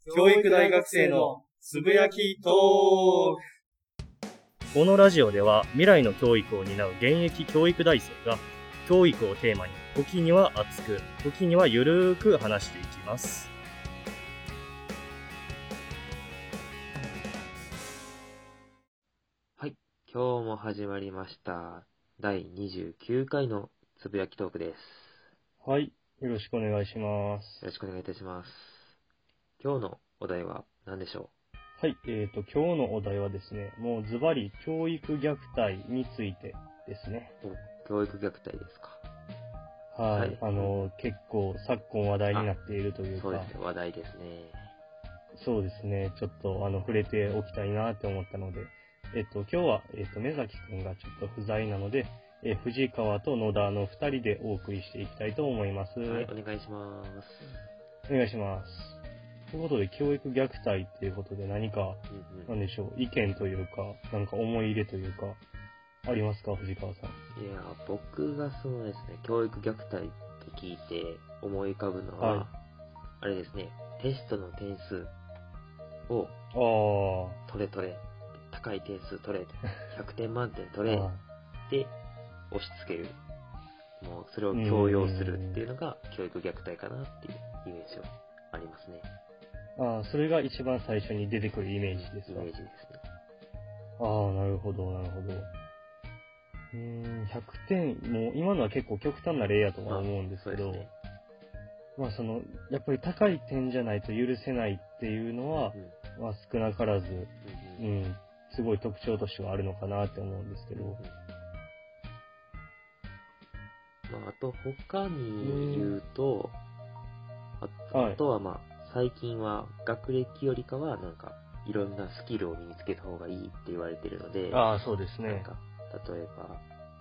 教育大学生のつぶやきトーク。 このラジオでは未来の教育を担う現役教育大生が教育をテーマに時には熱く時にはゆるーく話していきます。 はい、今日も始まりました第29回のつぶやきトークです。 はい、よろしくお願いします。 よろしくお願いいたします。今日のお題は何でしょはい、今日のお題はですね、もうズバリ教育虐待についてですね。 教育虐待ですか。 はい、結構昨今話題になっているというか。 そうですね、話題ですね。 そうですね、ちょっと触れておきたいなって思ったので、今日は、目崎くんがちょっと不在なので、藤川と野田の2人でお送りしていきたいと思います。 はい、お願いします。 お願いします。ということで、教育虐待っていうことで何か、なんでしょう、意見というか、なんか思い入れというか、ありますか、藤川さん。 いや、僕がそうですね、教育虐待って聞いて思い浮かぶのは、あれですね、テストの点数を、取れ、高い点数取れ、100点満点取れ、で、押し付ける。もう、それを強要するっていうのが教育虐待かなっていうイメージはありますね。 それが一番最初に出てくるイメージですか。 イメージですね。 なるほど、なるほど。100点、もう今のは結構極端な例やとは思うんですけど、やっぱり高い点じゃないと許せないっていうのは、少なからず、すごい特徴としてはあるのかなって思うんですけど。 あと他に言うと、あとは最近は学歴よりかはなんかいろんなスキルを身につけた方がいいって言われてるので、 そうですね。 なんか例えば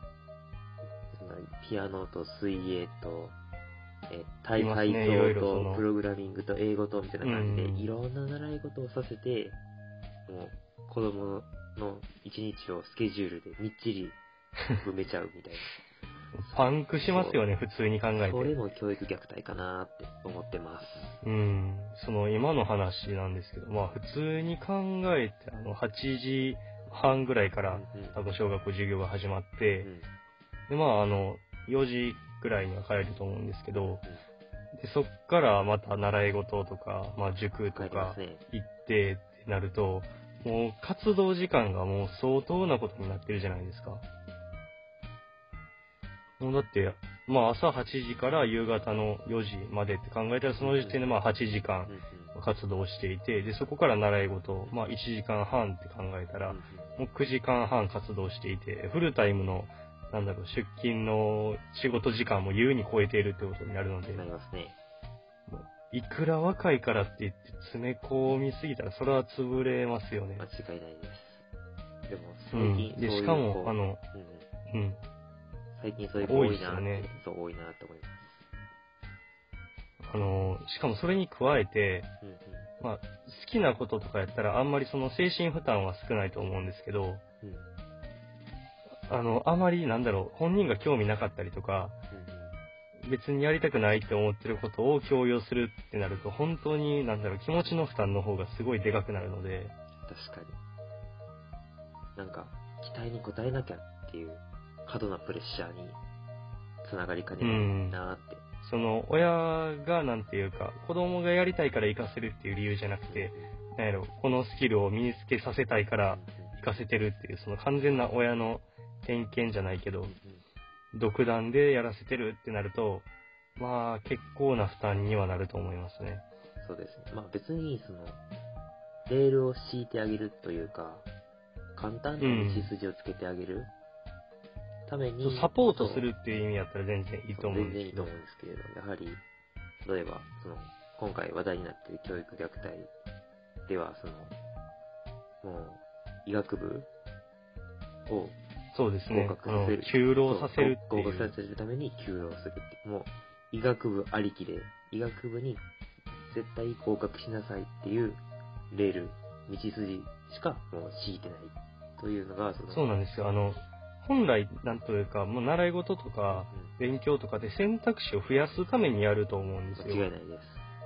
ピアノと水泳と体操とプログラミングと英語とみたいな感じでいろんな習い事をさせて、もう子供の一日をスケジュールでみっちり埋めちゃうみたいな。 パンクしますよね、普通に考えて。 それも教育虐待かなって思ってます。 今の話なんですけど、普通に考えて、8時半ぐらいから、多分小学校授業が始まって、で、4時ぐらいには帰ると思うんですけど、でそっからまた習い事とか、塾とか行ってってなると、もう活動時間がもう相当なことになってるじゃないですか。もうだって、朝8時から夕方の4時までって考えたら、その時点で8時間活動していて、で、そこから習い事、1時間半って考えたら、もう9時間半活動していて、フルタイムの、出勤の仕事時間も優に超えているってことになるので、 なりますね。 いくら若いからって言って詰め込みすぎたら、それは潰れますよね。 間違いないです。でも、最近そういう、 しかも、 最近そういう子多いなって、 ね、 多いなと思います。しかもそれに加えて、好きなこととかやったらあんまりその精神負担は少ないと思うんですけど、あまり本人が興味なかったりとか、別にやりたくないって思ってることを強要するってなると、本当に気持ちの負担の方がすごいでかくなるので。 確かに。なんか、期待に応えなきゃっていう過度なプレッシャーにつながりかねないなーって。 親が子供がやりたいから活かせるっていう理由じゃなくて、このスキルを身につけさせたいから活かせてるっていう、その完全な親の偏見じゃないけど、独断でやらせてるってなると、結構な負担にはなると思いますね。 そうですね。別にレールを敷いてあげるというか、簡単な道筋をつけてあげるために、 サポートするっていう意味だったら全然いいと思うんですけど。 全然いいと思うんですけれど、やはり、例えば、今回話題になっている教育虐待では、もう、医学部をそうですね。 合格させる。 休労させるっていう。 合格させるために休労するって。もう、医学部ありきで、医学部に絶対合格しなさいっていうレール、道筋しかもう敷いてないというのが、 そうなんですよ。本来、もう習い事とか、勉強とかで選択肢を増やすためにやると思うんですよ。 間違いないです。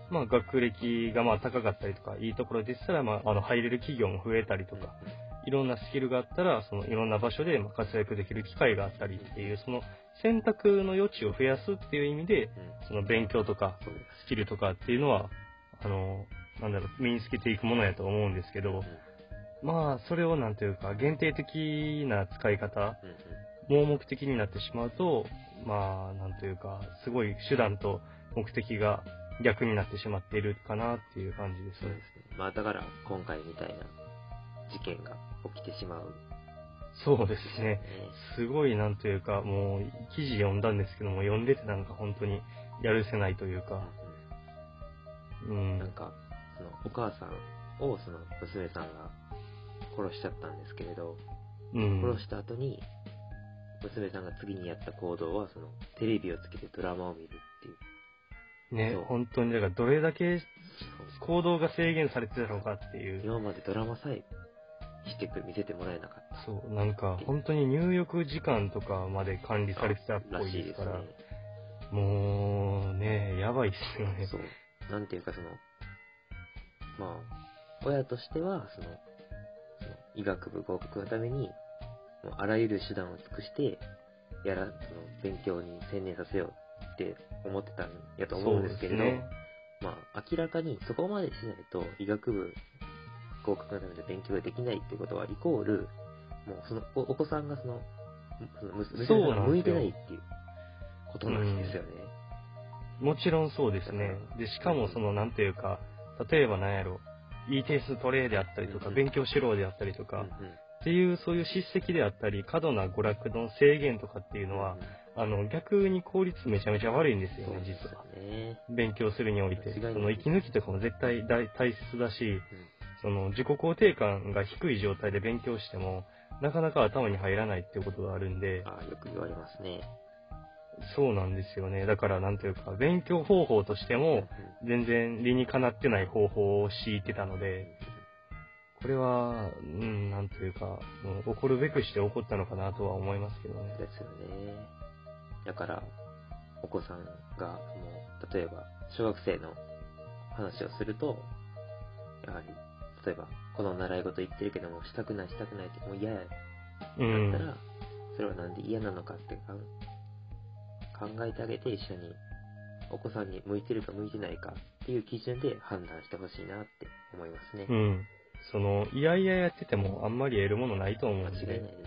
まあ、学歴がまあ高かったりとか、いいところでしたら、まあ、入れる企業も増えたりとか、いろんなスキルがあったら、そのいろんな場所でまあ活躍できる機会があったりっていう、その選択の余地を増やすっていう意味で、その勉強とか、スキルとかっていうのは、身につけていくものやと思うんですけど、まあ、それをなんというか、限定的な使い方、盲目的になってしまうと、まあ、なんというか、すごい手段と目的が逆になってしまっているかなっていう感じです。 そうですね。まあ、だから今回みたいな事件が起きてしまう。 そうですね。すごいなんというか、もう記事読んだんですけども、読んでてなんか本当にやるせないというか、 なんか、そのお母さんをその娘さんが殺しちゃったんですけれど、殺した後に娘さんが次にやった行動はそのテレビをつけてドラマを見るっていう。 ね、本当にだからどれだけ行動が制限されてたのかっていう。 今までドラマさえ見せてもらえなかった。 そう、なんか本当に入浴時間とかまで管理されてたっぽいですから、もうね、やばいっすよね。 そう。なんていうかその、まあ、親としてはその医学部合格のために、もうあらゆる手段を尽くして、その勉強に専念させようって思ってたんやと思うんですけれど、まあ、明らかにそこまでしないと医学部合格のための勉強ができないってことは、イコール、もうそのお子さんがその娘さんが向いてないっていうことなんですよね。 もちろんそうですね。で、しかもその、なんていうか、例えばなんやろ、いい点数取れであったりとか、勉強しろであったりとか、っていう、そういう叱責であったり、過度な娯楽の制限とかっていうのは、逆に効率めちゃめちゃ悪いんですよね、実は。勉強するにおいて。その息抜きとかも絶対大切だし、その自己肯定感が低い状態で勉強しても、なかなか頭に入らないっていうことがあるんで。 よく言われますね。 そうなんですよね。だからなんというか、勉強方法としても、全然理にかなってない方法を敷いてたので、これは、なんというか、起こるべくして起こったのかなとは思いますけどね。 ですよね。だから、お子さんが、例えば、小学生の話をすると、やはり、例えば、この習い事言ってるけども、したくないって、もう嫌や。だったら、それはなんで嫌なのかって考えてあげて、一緒に、お子さんに向いてるか向いてないかっていう基準で判断してほしいなって思いますね。 その、いやいややっててもあんまり得るものないと思うんで。 間違いないです。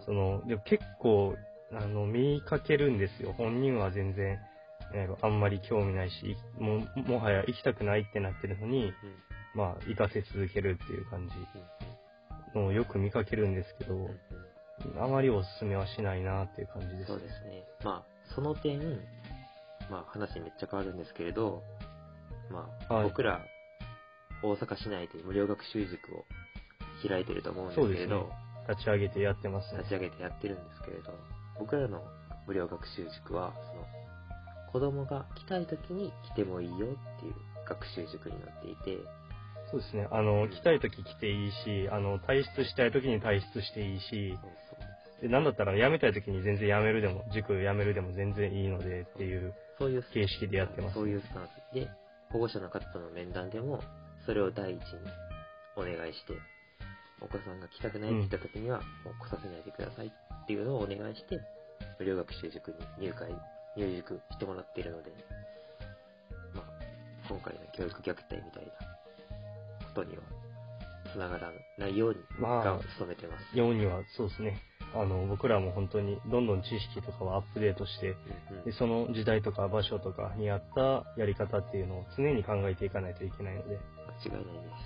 その、でも結構、見かけるんですよ。本人は全然、あんまり興味ないし、もはや行きたくないってなってるのに、まあ、行かせ続けるっていう感じのをよく見かけるんですけど、あまりおすすめはしないなっていう感じです。 そうですね。まあ、その点、まあ、話めっちゃ変わるんですけれど、まあ、僕ら、大阪市内で無料学習塾を開いてると思うんですけれど、 立ち上げてやってますね。 立ち上げてやってるんですけれど、僕らの無料学習塾は、その、子供が来たい時に来てもいいよっていう学習塾になっていて、 そうですね。来たい時来ていいし、退出したい時に退出していいし、で、なんだったら辞めたい時に全然辞めるでも、塾辞めるでも全然いいのでっていう形式でやってます、 そういうスタンスで、保護者の方との面談でも、それを第一にお願いして、お子さんが来たくないって言った時には、もう来させないでくださいっていうのをお願いして、無料学習塾に入塾してもらっているので、まあ、今回の教育虐待みたいなことには繋がらないように努めてます。 ようには、そうですね。僕らも本当にどんどん知識とかをアップデートして、でその時代とか場所とかに合ったやり方っていうのを常に考えていかないといけないので。 間違いないです。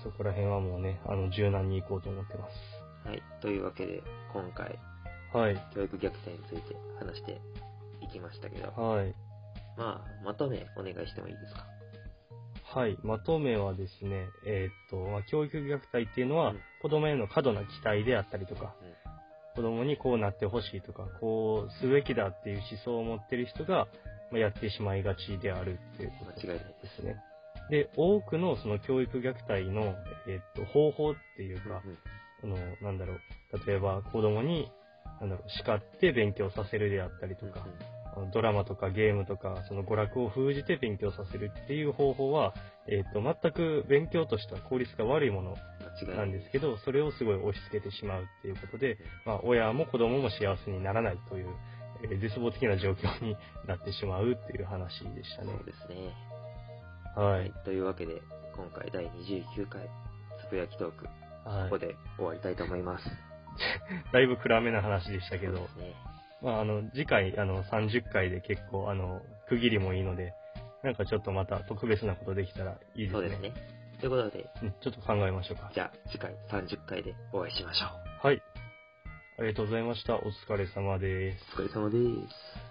そこら辺はもうね、柔軟にいこうと思ってます。 はい。というわけで、今回、教育虐待について話していきましたけど、まあ、まとめお願いしてもいいですか？ はい。まとめはですね、教育虐待っていうのは、子供への過度な期待であったりとか、子供にこうなってほしいとか、こうすべきだっていう思想を持ってる人が、やってしまいがちであるっていうことですね。で、多くのその教育虐待の、方法っていうか、例えば子供に、叱って勉強させるであったりとか、 ドラマとかゲームとか、その娯楽を封じて勉強させるっていう方法は、全く勉強としては効率が悪いものなんですけど、それをすごい押し付けてしまうっていうことで、親も子供も幸せにならないという、絶望的な状況になってしまうっていう話でしたね。 そうですね。 はい。 というわけで、今回第29回、つぶやきトーク、ここで終わりたいと思います。 だいぶ暗めな話でしたけど、 そうですね。 次回、30回で結構、区切りもいいので、なんかちょっとまた特別なことできたらいいですね。 そうですね。ということで、 ちょっと考えましょうか。 じゃあ、次回30回でお会いしましょう。 はい。ありがとうございました。お疲れ様です。 お疲れ様です。